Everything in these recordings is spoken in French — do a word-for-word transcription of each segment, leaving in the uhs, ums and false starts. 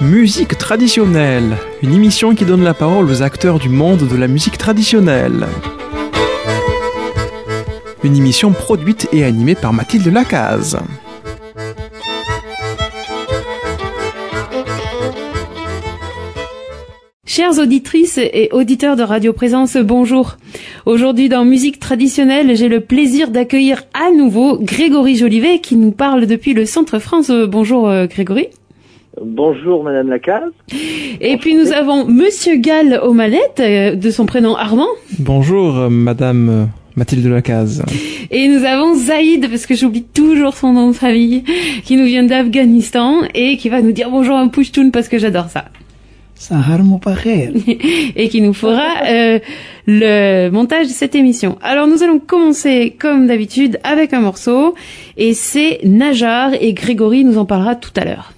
Musique traditionnelle, une émission qui donne la parole aux acteurs du monde de la musique traditionnelle. Une émission produite et animée par Mathilde Lacaze. Chères auditrices et auditeurs de Radio Présence, bonjour. Aujourd'hui dans Musique traditionnelle, j'ai le plaisir d'accueillir à nouveau Grégory Jolivet qui nous parle depuis le Centre France. Bonjour Grégory. Bonjour Madame Lacaze. Et puis nous avons Monsieur Gall aux manettes, de son prénom Armand. Bonjour Madame Mathilde Lacaze. Et nous avons Zaïd, parce que j'oublie toujours son nom de famille, qui nous vient d'Afghanistan et qui va nous dire bonjour en Pushtun parce que j'adore ça. Et qui nous fera euh, le montage de cette émission. Alors nous allons commencer comme d'habitude avec un morceau et c'est Najar et Grégory nous en parlera tout à l'heure.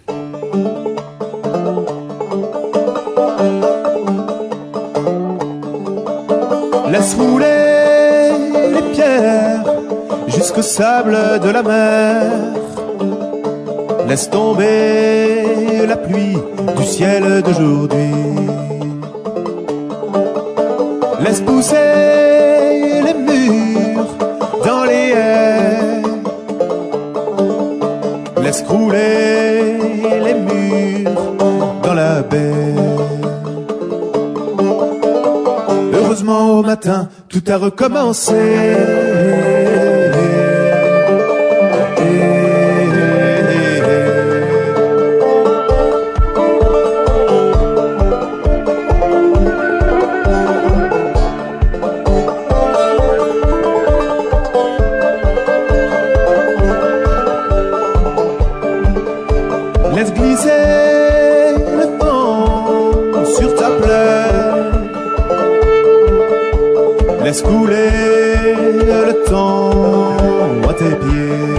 Laisse rouler les pierres jusqu'au sable de la mer. Laisse tomber la pluie du ciel d'aujourd'hui. Laisse pousser les murs dans les haies. Laisse crouler les murs dans la baie. Heureusement au matin, tout a recommencé. Laisse glisser le temps sur ta plaie. Laisse couler le temps à tes pieds.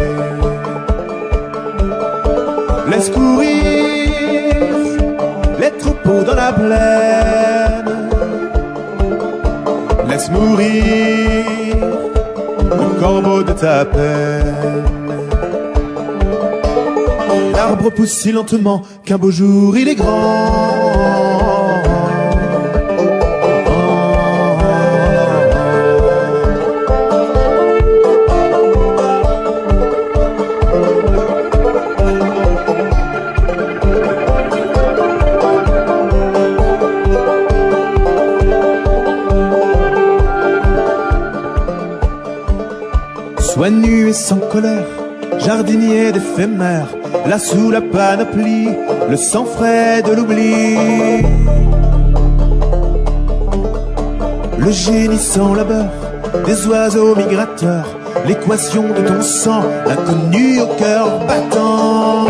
Laisse courir les troupeaux dans la plaine. Laisse mourir le corbeau de ta peine. L'arbre pousse si lentement qu'un beau jour il est grand. Sois nu et sans colère, jardinier d'éphémère, là sous la panoplie, le sang frais de l'oubli. Le génie sans labeur, des oiseaux migrateurs, l'équation de ton sang, inconnu au cœur battant.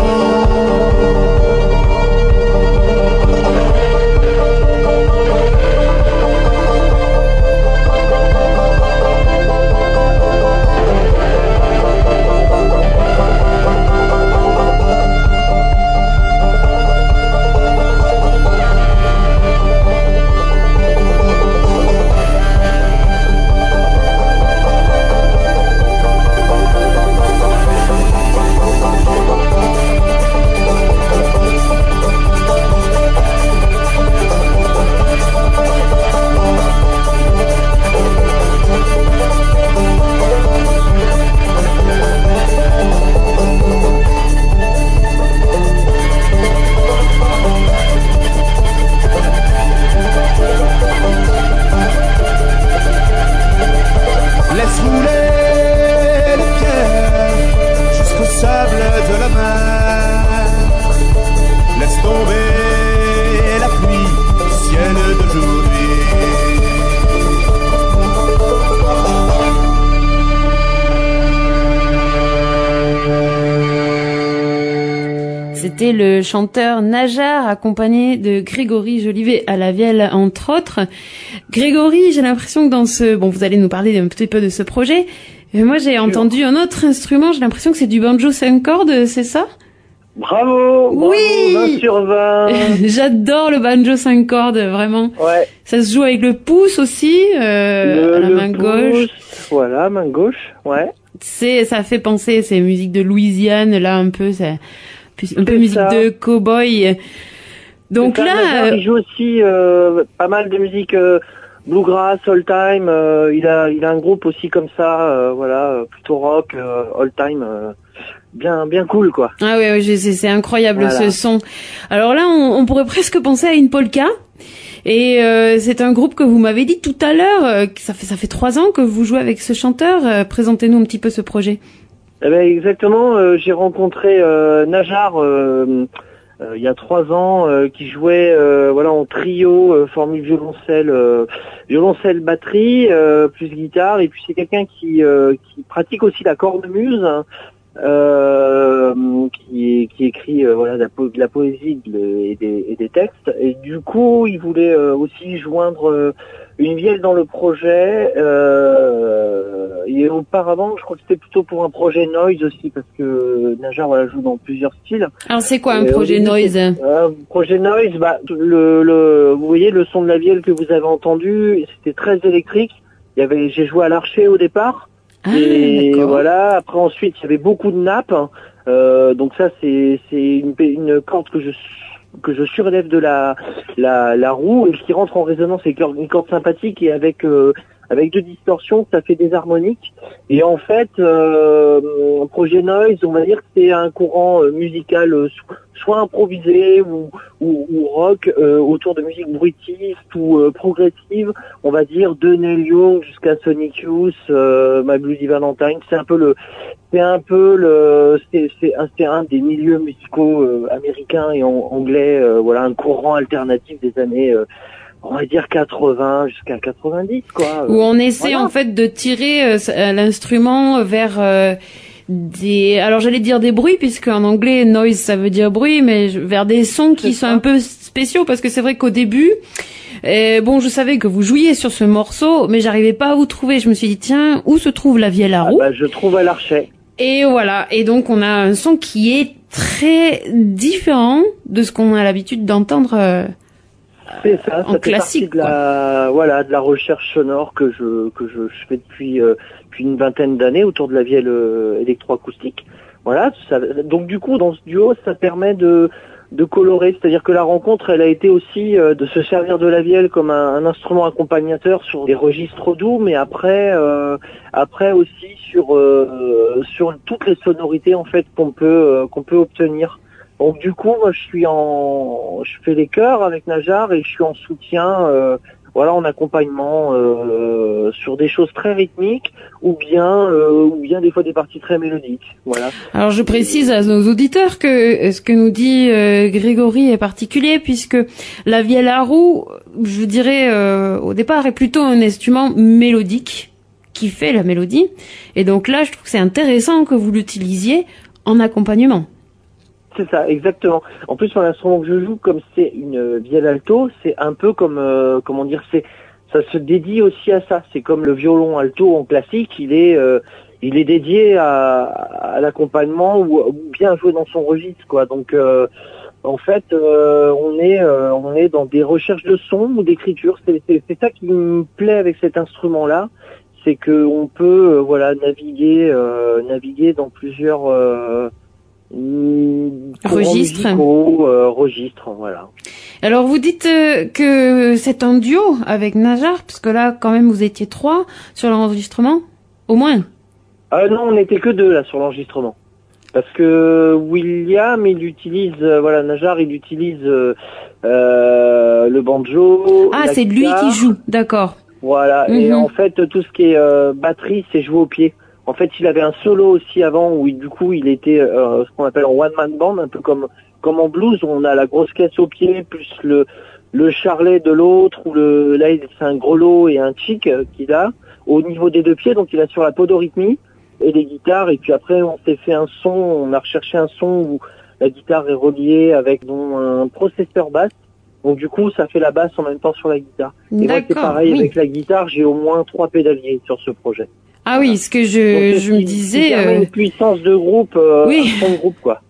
C'était le chanteur Najar accompagné de Grégory Jolivet à la vielle entre autres. Grégory, j'ai l'impression que dans ce... Bon, vous allez nous parler un petit peu de ce projet. Mais moi, j'ai entendu un autre instrument, j'ai l'impression que c'est du banjo cinq cordes, c'est ça ? Bravo, bravo, oui, vingt sur vingt. J'adore le banjo cinq cordes, vraiment. Ouais. Ça se joue avec le pouce aussi, euh, le, à la le main pouce, gauche. Voilà, main gauche, ouais. C'est, ça fait penser, c'est musique de Louisiane, là, un peu, c'est un peu c'est musique ça. de cow-boy. Donc C'est ça, là, Najar, euh, il joue aussi euh, pas mal de musique euh, bluegrass, old time. Euh, il a, il a un groupe aussi comme ça, euh, voilà, euh, plutôt rock, euh, old time, euh, bien, bien cool quoi. ah ouais, ouais, je sais, c'est incroyable Voilà. ce son. Alors là, on, on pourrait presque penser à une polka. Et euh, c'est un groupe que vous m'avez dit tout à l'heure. Euh, que ça fait ça fait trois ans que vous jouez avec ce chanteur. Euh, présentez-nous un petit peu ce projet. Eh ben exactement. euh, j'ai rencontré euh, Najar euh, euh, il y a trois ans, euh, qui jouait euh, voilà en trio, euh, formule violoncelle, euh, violoncelle batterie euh, plus guitare. Et puis c'est quelqu'un qui euh, qui pratique aussi la cornemuse. Hein. Euh, qui, qui écrit euh, voilà de la, po- de la poésie de- et, des, et des textes, et du coup il voulait euh, aussi joindre euh, une vielle dans le projet, euh, et auparavant je crois que c'était plutôt pour un projet noise aussi, parce que Najar voilà, joue dans plusieurs styles. Alors c'est quoi un Et au projet début, noise? Euh, projet noise, bah le, le vous voyez le son de la vielle que vous avez entendu, c'était très électrique. Il y avait j'ai joué à l'archer au départ. Ah, Et d'accord. voilà, après ensuite il y avait beaucoup de nappes, euh, donc ça c'est c'est une, une corde que je que je surélève de la la, la roue, et ce qui rentre en résonance c'est une corde sympathique, et avec euh, avec deux distorsions ça fait des harmoniques. Et en fait euh, projet noise, on va dire que c'est un courant euh, musical euh, so- soit improvisé ou ou, ou rock euh, autour de musique bruitiste ou euh, progressive, on va dire de Neil Young jusqu'à Sonic Youth, euh, My Bloody Valentine. C'est un peu le, c'est un peu le, c'est c'est un, c'est un des milieux musicaux euh, américains et en, anglais, euh, voilà, un courant alternatif des années, euh, on va dire quatre-vingts jusqu'à quatre-vingt-dix quoi. Où on essaie Voilà. en fait de tirer euh, s- euh, l'instrument vers euh, des, alors j'allais dire des bruits, puisque en anglais noise ça veut dire bruit, mais je- vers des sons qui C'est sont ça. un peu spéciaux, parce que c'est vrai qu'au début, euh, bon, je savais que vous jouiez sur ce morceau, mais j'arrivais pas à vous trouver. Je me suis dit tiens, où se trouve la vielle à Ah roue? bah, je trouve à l'archet. Et voilà. Et donc on a un son qui est très différent de ce qu'on a l'habitude d'entendre. euh, C'est ça, en ça fait classique, partie de la, voilà, de la recherche sonore que je que je, je fais depuis euh, depuis une vingtaine d'années autour de la vielle euh, électroacoustique. Voilà, ça, donc du coup dans ce duo, ça permet de de colorer, c'est-à-dire que la rencontre, elle a été aussi euh, de se servir de la vielle comme un, un instrument accompagnateur sur des registres doux, mais après euh, après aussi sur euh, sur toutes les sonorités en fait qu'on peut euh, qu'on peut obtenir. Donc du coup, moi, je suis en, je fais les chœurs avec Najar, et je suis en soutien, euh, voilà, en accompagnement euh, sur des choses très rythmiques, ou bien, euh, ou bien des fois des parties très mélodiques, voilà. Alors je précise à nos auditeurs que ce que nous dit euh, Grégory est particulier, puisque la vielle à roue, je dirais euh, au départ, est plutôt un instrument mélodique qui fait la mélodie. Et donc là, je trouve que c'est intéressant que vous l'utilisiez en accompagnement. C'est ça, exactement. En plus, sur l'instrument que je joue, comme c'est une vielle alto, c'est un peu comme, euh, comment dire, c'est, ça se dédie aussi à ça. C'est comme le violon alto en classique, il est, euh, il est dédié à, à l'accompagnement, ou, ou bien jouer dans son registre, quoi. Donc, euh, en fait, euh, on est, euh, on est dans des recherches de son ou d'écriture. C'est, c'est, c'est ça qui me plaît avec cet instrument-là, c'est que on peut, euh, voilà, naviguer, euh, naviguer dans plusieurs euh, Registre. musicaux, euh, registres, voilà. Alors vous dites euh, que c'est un duo avec Najar, parce que là quand même vous étiez trois sur l'enregistrement, au moins. Ah non, on n'était que deux là sur l'enregistrement. Parce que William, il utilise, euh, voilà, Najar, il utilise euh, euh, le banjo. Ah, la c'est lui guitare, qui joue, d'accord. Voilà, Mhm. et en fait, tout ce qui est euh, batterie, c'est joué au pied. En fait, il avait un solo aussi avant où il, du coup, il était euh, ce qu'on appelle en one man band, un peu comme comme en blues, où on a la grosse caisse au pied plus le le charlet de l'autre, ou le là c'est un grelot et un chick euh, qu'il a au niveau des deux pieds, donc il a sur la podorythmie et les guitares, et puis après on s'est fait un son, on a recherché un son où la guitare est reliée avec donc, un processeur basse. Donc du coup, ça fait la basse en même temps sur la guitare. Et moi, c'est D'accord, pareil oui. avec la guitare, j'ai au moins trois pédaliers sur ce projet. Ah oui, ce que Donc, je, c'est je me ce qui- disais... qui permet euh, une puissance de groupe, euh, oui. un son de groupe, quoi.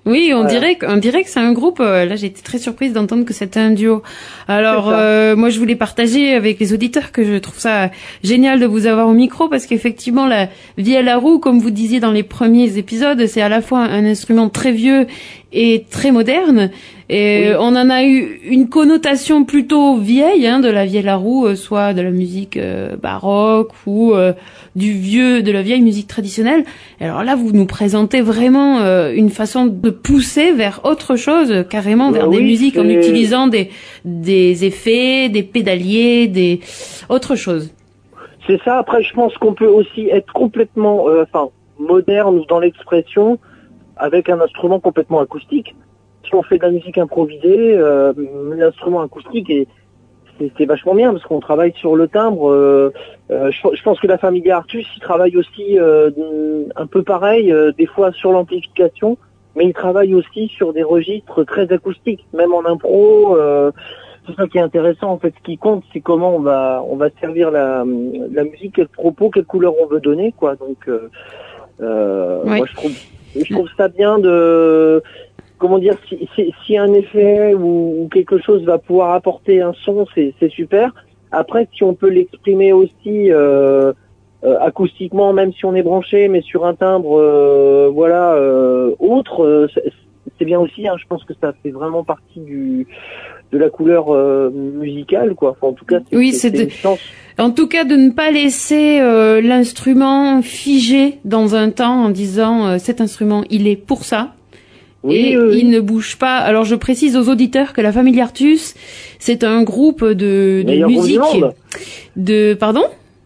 Oui, on Voilà. dirait, on dirait que c'est un groupe. euh, Là, j'ai été très surprise d'entendre que c'était un duo. Alors, C'est ça. euh, moi, je voulais partager avec les auditeurs que je trouve ça génial de vous avoir au micro parce qu'effectivement, la vielle à roue, comme vous disiez dans les premiers épisodes, c'est à la fois un instrument très vieux et très moderne. Et Oui. on en a eu une connotation plutôt vieille hein, de la vielle à roue, euh, soit de la musique euh, baroque ou euh, du vieux, de la vieille musique traditionnelle. Et alors là, vous nous présentez vraiment euh, une façon de pousser vers autre chose, carrément vers Euh, des oui, musiques en c'est- utilisant des des effets, des pédaliers, des autre chose. C'est ça. Après, je pense qu'on peut aussi être complètement, euh, enfin, moderne dans l'expression avec un instrument complètement acoustique. Si on fait de la musique improvisée, euh, l'instrument acoustique est c'est c'est vachement bien parce qu'on travaille sur le timbre. Euh, euh, je, je pense que la famille Artus, ils travaillent aussi euh, un peu pareil, euh, des fois sur l'amplification, mais ils travaillent aussi sur des registres très acoustiques, même en impro. Euh, c'est ça qui est intéressant en fait. Ce qui compte, c'est comment on va on va servir la, la musique, quel propos, quelle couleur on veut donner, quoi. Donc, euh, euh, Oui. moi je trouve je trouve ça bien de comment dire, si, si, si un effet ou, ou quelque chose va pouvoir apporter un son, c'est, c'est super. Après, si on peut l'exprimer aussi euh, euh, acoustiquement, même si on est branché, mais sur un timbre, euh, voilà, euh, autre, euh, c'est, c'est bien aussi. Hein, je pense que ça fait vraiment partie du de la couleur euh, musicale, quoi. Enfin, en tout cas, c'est, Oui, c'est, c'est c'est de- une chance. En tout cas, de ne pas laisser euh, l'instrument figé dans un temps en disant euh, cet instrument, il est pour ça. Oui, et oui, oui. il ne bouge pas. Alors je précise aux auditeurs que la famille Artus, c'est un groupe de, de Meilleur groupe du musique monde. de pardon.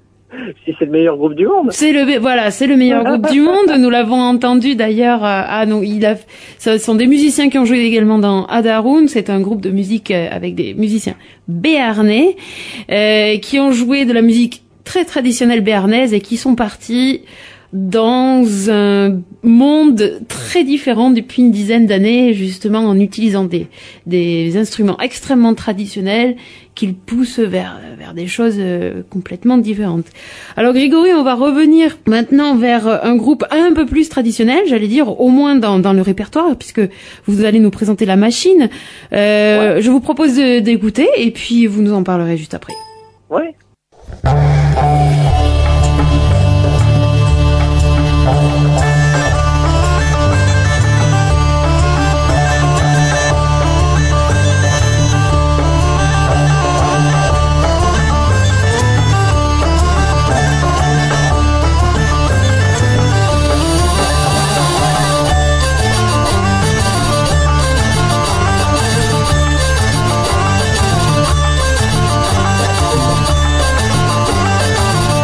Si c'est le meilleur groupe du monde. C'est le voilà, c'est le meilleur groupe du monde. Nous l'avons entendu d'ailleurs. euh, Ah non, il a. Ce sont des musiciens qui ont joué également dans Adarun. C'est un groupe de musique euh, avec des musiciens béarnais euh, qui ont joué de la musique très traditionnelle béarnaise et qui sont partis dans un monde très différent depuis une dizaine d'années, justement en utilisant des, des instruments extrêmement traditionnels qu'ils poussent vers, vers des choses euh, complètement différentes. Alors Grégory, on va revenir maintenant vers un groupe un peu plus traditionnel, j'allais dire, au moins dans, dans le répertoire, puisque vous allez nous présenter la machine. Euh, Ouais. Je vous propose de- d'écouter et puis vous nous en parlerez juste après. Ouais. Thank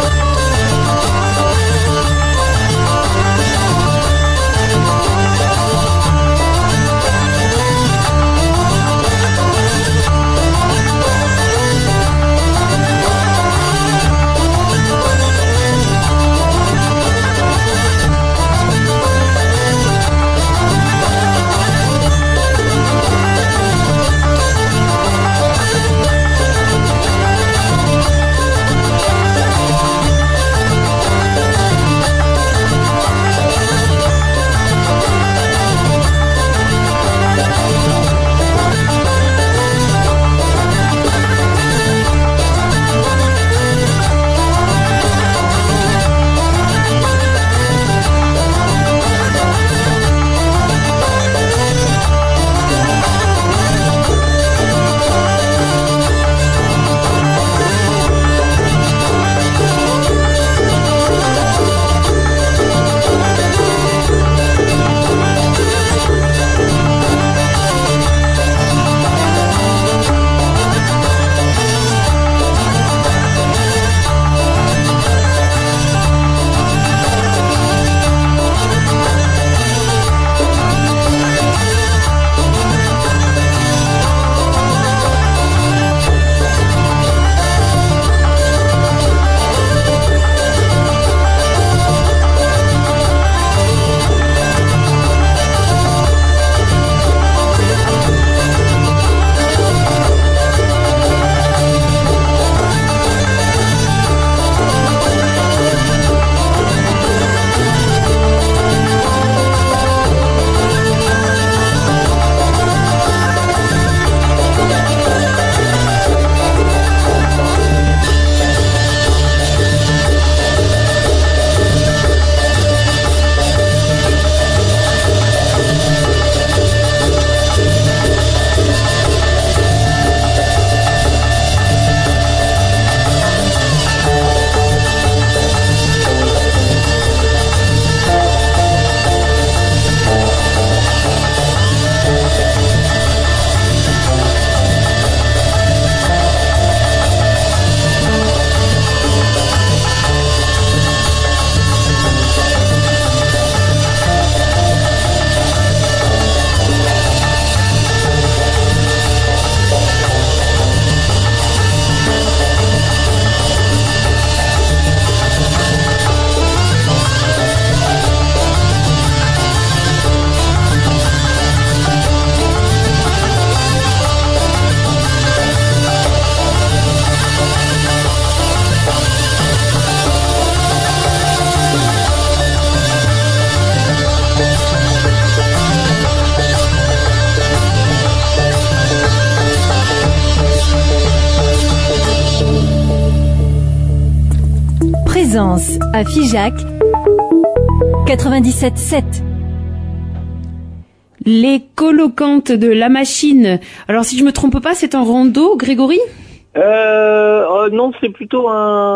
Plaisance à Figeac quatre-vingt-dix-sept sept. Les colocantes de la machine. Alors si je me trompe pas, c'est un rando, Grégory ? Euh, euh non, c'est plutôt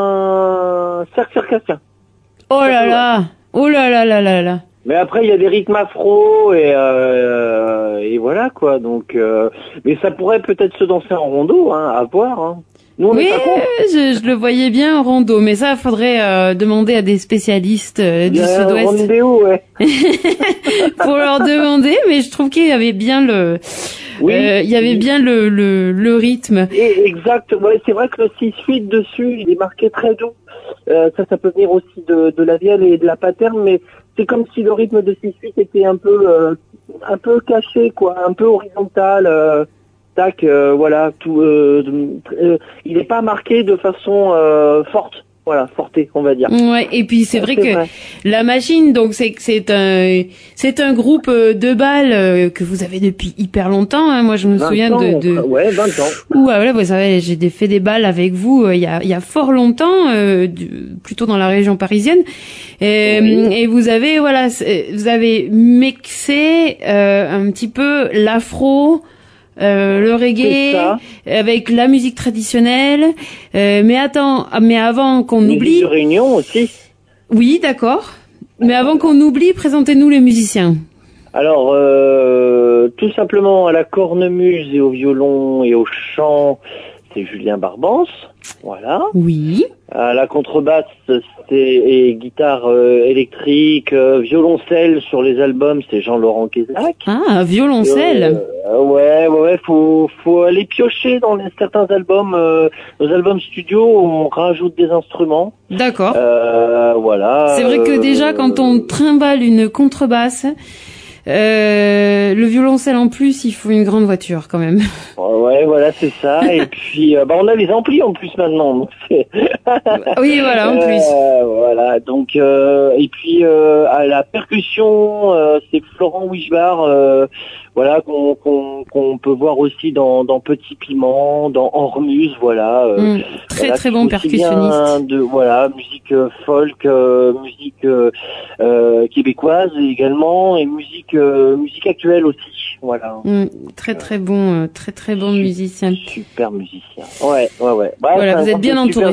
un cercle circassien. Oh là là, oh là là là là là. Mais après, il y a des rythmes afro et euh, et voilà quoi. Donc, euh, mais ça pourrait peut-être se danser en rondo, hein, à voir. Hein. Nous, on oui, est pas contre. je, je le voyais bien en rando, mais ça, faudrait euh, demander à des spécialistes euh, du Sud-Ouest. Rondéo, ouais. Pour leur demander, mais je trouve qu'il y avait bien le, oui, euh, il y avait oui. bien le, le, le rythme. Et exact. Ouais, c'est vrai que le six huit dessus, il est marqué très doux. Euh, ça, ça peut venir aussi de, de la vielle et de la paterne, mais c'est comme si le rythme de six huit était un peu, euh, un peu caché, quoi, un peu horizontal. Euh, tac, euh, voilà, tout. Euh, euh, il n'est pas marqué de façon euh, forte. Voilà, forté, on va dire. Ouais, et puis c'est vrai c'est que vrai. La machine, donc c'est c'est un c'est un groupe de balles que vous avez depuis hyper longtemps. Hein. Moi, je me souviens ans, de, de ouais, vingt ans. Ouh, voilà, vous savez, j'ai fait des balles avec vous euh, il y a il y a fort longtemps, euh, du, plutôt dans la région parisienne. Et, oui. et vous avez voilà, vous avez mixé euh, un petit peu l'afro. Euh, le reggae avec la musique traditionnelle, euh, mais attends, mais avant qu'on musique oublie. De réunion aussi. Oui, d'accord. Mais avant qu'on oublie, présentez-nous les musiciens. Alors, euh, tout simplement à la cornemuse et au violon et au chant, c'est Julien Barbance, voilà. Oui. À la contrebasse, c'est et guitare euh, électrique, euh, violoncelle sur les albums, c'est Jean-Laurent Kézac. Ah, violoncelle. Euh, ouais, ouais, ouais, faut faut aller piocher dans les, certains albums, euh, nos albums studio, où on rajoute des instruments. D'accord. Euh, voilà. C'est vrai que euh, déjà quand on trimballe une contrebasse, euh, le violoncelle en plus, il faut une grande voiture quand même. Ouais, voilà, c'est ça. Et puis, euh, bah, on a les amplis en plus maintenant. Donc c'est... oui, voilà, en plus. Euh, voilà, donc euh, et puis euh, à la percussion, euh, c'est Florent Wichbar, euh, voilà, qu'on, qu'on, qu'on peut voir aussi dans, dans Petit Piment, dans Ormuz, voilà. Euh, mmh, très voilà, très bon percussionniste. De voilà, musique euh, folk, euh, musique euh, euh, québécoise également, et musique euh, musique actuelle aussi, voilà. Mmh, très très bon, euh, très très bon musicien. Super musicien. Ouais, ouais, ouais. Bah, voilà, vous êtes bien entouré.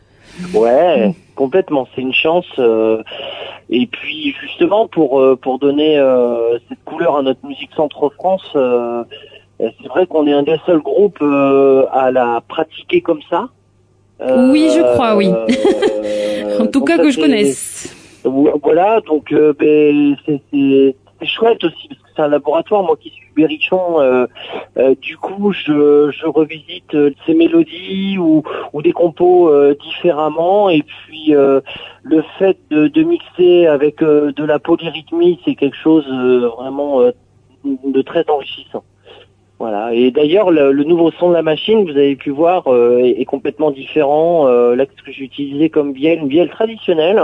Ouais, mmh. Complètement. C'est une chance. Euh, et puis justement pour euh, pour donner euh, cette couleur à notre musique Centre-France, euh, c'est vrai qu'on est un des seuls groupes euh, à la pratiquer comme ça. Euh, oui, je crois, oui. Euh, en tout cas que je connaisse. Voilà, donc euh, ben, c'est, c'est, c'est chouette aussi parce que c'est un laboratoire. Moi qui suis berrichon, euh, euh, du coup je, je revisite euh, ces mélodies ou, ou des compos euh, différemment, et puis euh, le fait de, de mixer avec euh, de la polyrythmie, c'est quelque chose euh, vraiment euh, de très enrichissant. Voilà. Et d'ailleurs, le, le nouveau son de la machine, vous avez pu voir, euh, est, est complètement différent. Euh, là, ce que j'ai utilisé comme vielle, une vielle traditionnelle,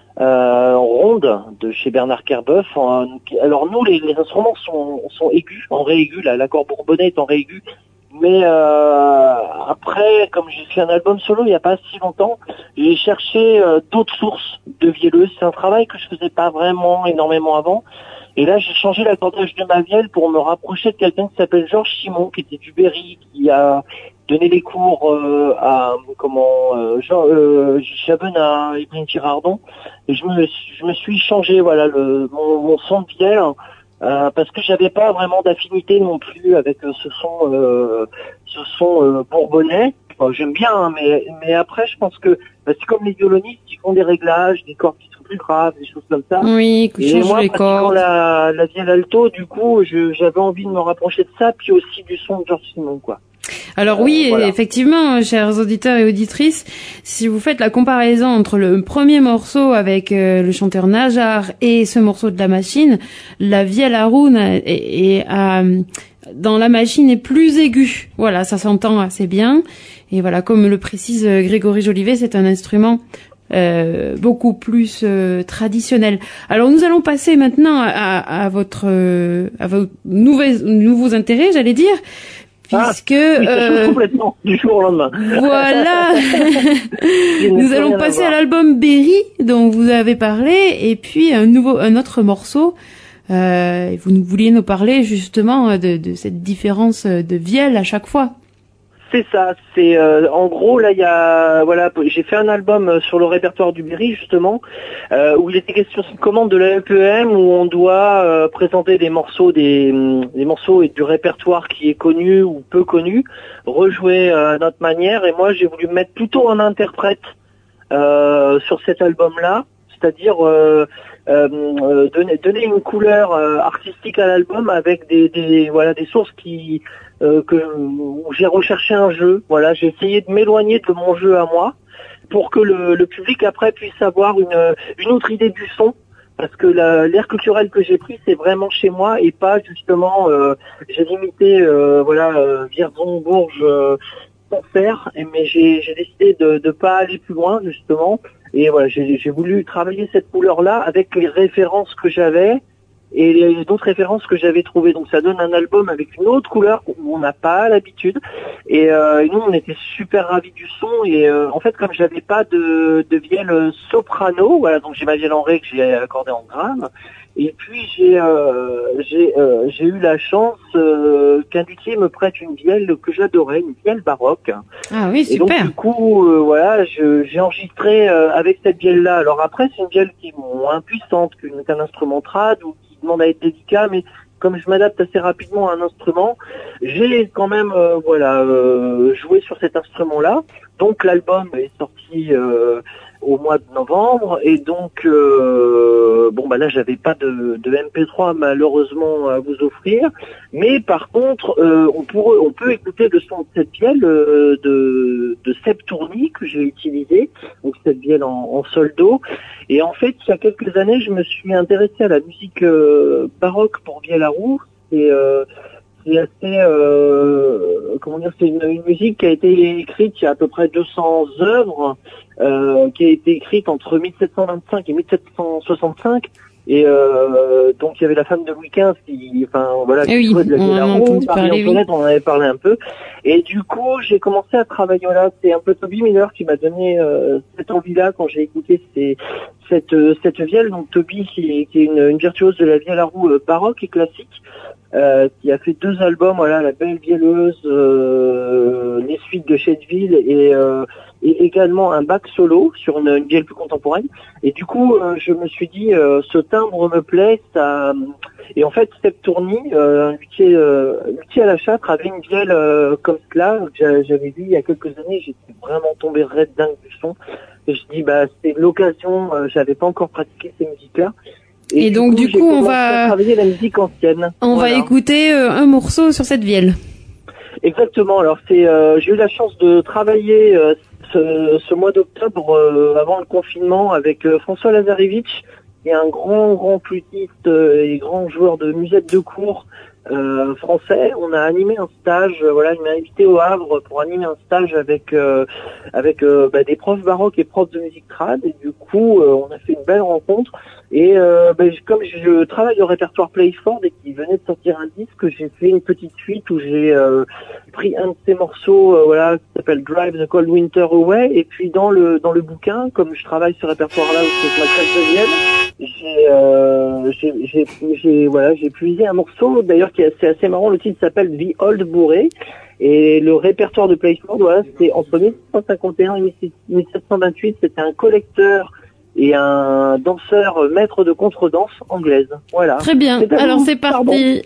euh, ronde, de chez Bernard Kerbeuf. Alors nous, les, les instruments sont, sont aigus, en ré aigu. Là, l'accord bourbonnais est en ré aigu. Mais euh, après, comme j'ai fait un album solo il n'y a pas si longtemps, j'ai cherché euh, d'autres sources de vielleuses. C'est un travail que je faisais pas vraiment énormément avant. Et là, j'ai changé l'accordage de ma vielle pour me rapprocher de quelqu'un qui s'appelle Georges Simon, qui était du Berry, qui a donné des cours euh, à comment euh, Jean, euh, Chabenas, Evelyne Girardon. Et je me je me suis changé voilà le mon, mon son de vielle. Euh, parce que j'avais pas vraiment d'affinité non plus avec euh, ce son, euh, ce son euh, bourbonnais. Enfin, j'aime bien, hein, mais mais après je pense que bah, c'est comme les violonistes qui font des réglages, des cordes qui sont plus graves, des choses comme ça. Oui, et change moi, les cordes. la la vielle alto, du coup, je, j'avais envie de me rapprocher de ça, puis aussi du son de Georges Simon, quoi. Alors oui, euh, voilà. Effectivement, chers auditeurs et auditrices, si vous faites la comparaison entre le premier morceau avec euh, le chanteur Najar et ce morceau de la machine, la vielle Haroun est, est, est, dans la machine est plus aiguë. Voilà, ça s'entend assez bien. Et voilà, comme le précise Grégory Jolivet, c'est un instrument euh, beaucoup plus euh, traditionnel. Alors nous allons passer maintenant à, à votre euh, à vos nouveaux nouveaux intérêts, j'allais dire. puisque ah, oui, ça change euh, complètement du jour au lendemain. Voilà. Nous allons passer à l'album Berry dont vous avez parlé, et puis un nouveau, un autre morceau. Euh, vous nous vouliez nous parler justement de, de cette différence de vielle à chaque fois. C'est ça, c'est euh, en gros là il y a voilà j'ai fait un album sur le répertoire du Berry justement euh, où il était question d'une commande de la L P M où on doit euh, présenter des morceaux des, des morceaux et du répertoire qui est connu ou peu connu, rejouer euh, à notre manière, et moi j'ai voulu me mettre plutôt en interprète euh, sur cet album là, c'est-à-dire euh, euh, donner, donner une couleur euh, artistique à l'album avec des, des voilà des sources qui Euh, que où j'ai recherché un jeu. Voilà, j'ai essayé de m'éloigner de mon jeu à moi pour que le, le public après puisse avoir une, une autre idée du son, parce que la, l'air culturel que j'ai pris c'est vraiment chez moi et pas justement euh, j'ai limité euh, voilà euh, Vierzon, Bourges euh, pour faire, et, mais j'ai, j'ai décidé de de pas aller plus loin justement, et voilà j'ai, j'ai voulu travailler cette couleur là avec les références que j'avais et les d'autres références que j'avais trouvées. Donc ça donne un album avec une autre couleur où on n'a pas l'habitude. Et, euh, et nous, on était super ravis du son. Et euh, en fait, comme j'avais pas de, de vielle soprano, voilà, donc j'ai ma vielle en ré que j'ai accordée en grave. Et puis j'ai euh, j'ai euh, j'ai eu la chance euh, qu'un luthier me prête une vielle que j'adorais, une vielle baroque. Ah oui, super. Et donc du coup, euh, voilà, je, j'ai enregistré euh, avec cette vielle-là. Alors après, c'est une vielle qui est moins puissante qu'une, qu'un instrument trad ou qui demande à être délicat, mais comme je m'adapte assez rapidement à un instrument, j'ai quand même euh, voilà euh, joué sur cet instrument-là. Donc l'album est sorti euh, au mois de novembre, et donc euh, bon bah là j'avais pas de, de M P trois malheureusement à vous offrir, mais par contre euh, on pourrait on peut écouter le son de cette vielle euh, de de Septourny que j'ai utilisé, donc cette vielle en, en sol do. Et en fait il y a quelques années je me suis intéressé à la musique euh, baroque pour vielle à roue. Et euh, c'est assez euh, comment dire, c'est une, une musique qui a été écrite il y a à peu près deux cents œuvres, euh, qui a été écrite entre mille sept cent vingt-cinq et mille sept cent soixante-cinq, et euh, donc il y avait la femme de Louis quinze qui, enfin voilà, qui oui, jouait de la on en a Marie entendu parler, oui. On en avait parlé un peu, et du coup j'ai commencé à travailler là. C'est un peu Toby Miller qui m'a donné euh, cette envie-là quand j'ai écouté ces, cette cette vielle. Donc Toby qui est, qui est une, une virtuose de la vielle à roue euh, baroque et classique. Euh, qui a fait deux albums, voilà, La Belle Vielleuse, euh, les suites de Chedeville, et, euh, et également un bac solo sur une, une vielle plus contemporaine. Et du coup, euh, je me suis dit, euh, ce timbre me plaît, ça. Et en fait, Septourny, euh, un luthier, euh, luthier à la Châtre, avait une vielle euh, comme cela que j'avais vu il y a quelques années. J'étais vraiment tombé raide dingue du son. Et je dis, bah, c'est l'occasion. Euh, j'avais pas encore pratiqué ces musiques-là. Et, et donc du coup, du coup on va travailler la musique ancienne. On voilà. va écouter euh, un morceau sur cette vielle. Exactement. Alors c'est, euh, j'ai eu la chance de travailler euh, ce, ce mois d'octobre euh, avant le confinement avec euh, François Lazarevitch, qui est un grand grand flûtiste euh, et grand joueur de musette de cour euh, français. On a animé un stage. Euh, voilà, il m'a invité au Havre pour animer un stage avec euh, avec euh, bah, des profs baroques et profs de musique trad. Et du coup, euh, on a fait une belle rencontre. Et euh, ben, comme je travaille au répertoire Playford et qu'il venait de sortir un disque, j'ai fait une petite suite où j'ai euh, pris un de ces morceaux, euh, voilà, qui s'appelle Drive the Cold Winter Away. Et puis dans le dans le bouquin, comme je travaille ce répertoire-là où c'est ma classe de vielle, j'ai, euh, j'ai j'ai j'ai voilà, j'ai puisé un morceau d'ailleurs qui est assez, assez marrant. Le titre s'appelle The Old Bourré. Et le répertoire de Playford, voilà, c'est entre mille sept cent cinquante et un et mille sept cent vingt-huit. C'était un collecteur et un danseur maître de contredanse anglaise. Voilà. Très bien. C'est Alors c'est parti.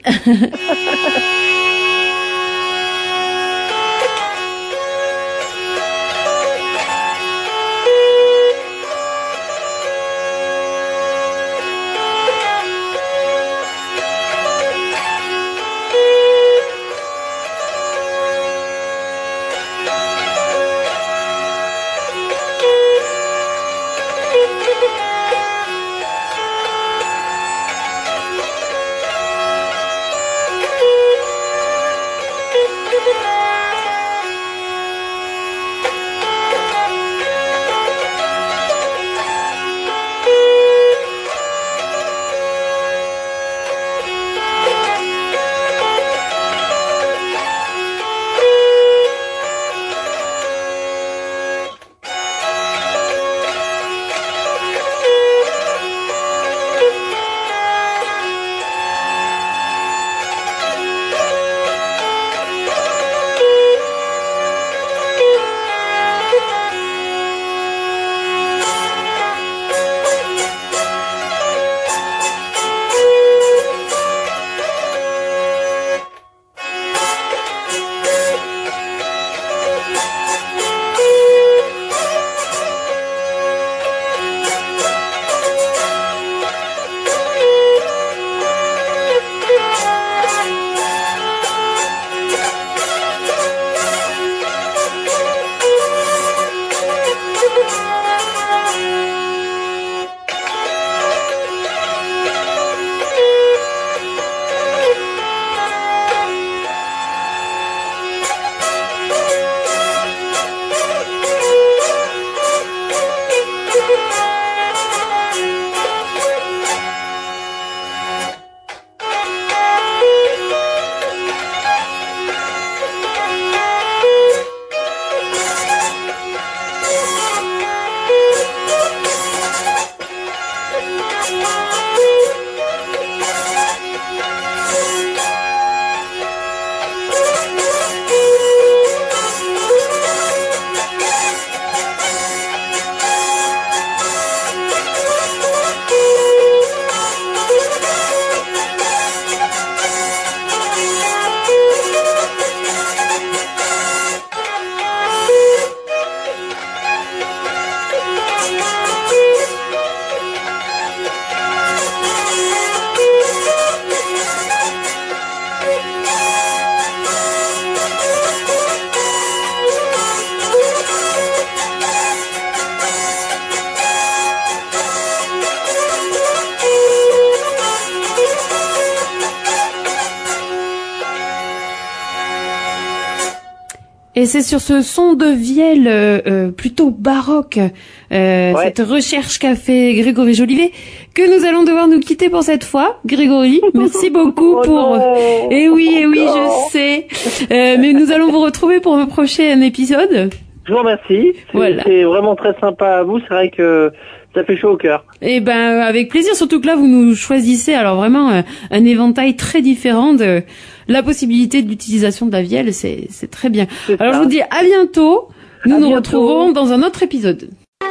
Et c'est sur ce son de vielle euh, euh, plutôt baroque, euh, Ouais. cette recherche qu'a fait Grégory Jolivet, que nous allons devoir nous quitter pour cette fois. Grégory, merci beaucoup Oh pour... non. Eh oui, eh oui, Encore. je sais. Euh, mais nous allons vous retrouver pour un prochain épisode. Je vous remercie. C'est Voilà. c'est vraiment très sympa à vous. C'est vrai que ça fait chaud au cœur. Eh ben, avec plaisir, surtout que là, vous nous choisissez alors vraiment euh, un éventail très différent de la possibilité de l'utilisation de la vielle, c'est c'est très bien. C'est Alors, ça. je vous dis à bientôt. Nous À nous bientôt. retrouvons dans un autre épisode.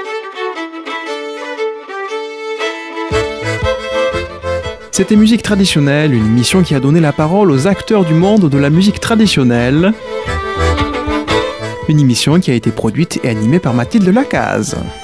C'était Musique traditionnelle, une émission qui a donné la parole aux acteurs du monde de la musique traditionnelle. Une émission qui a été produite et animée par Mathilde Lacaze.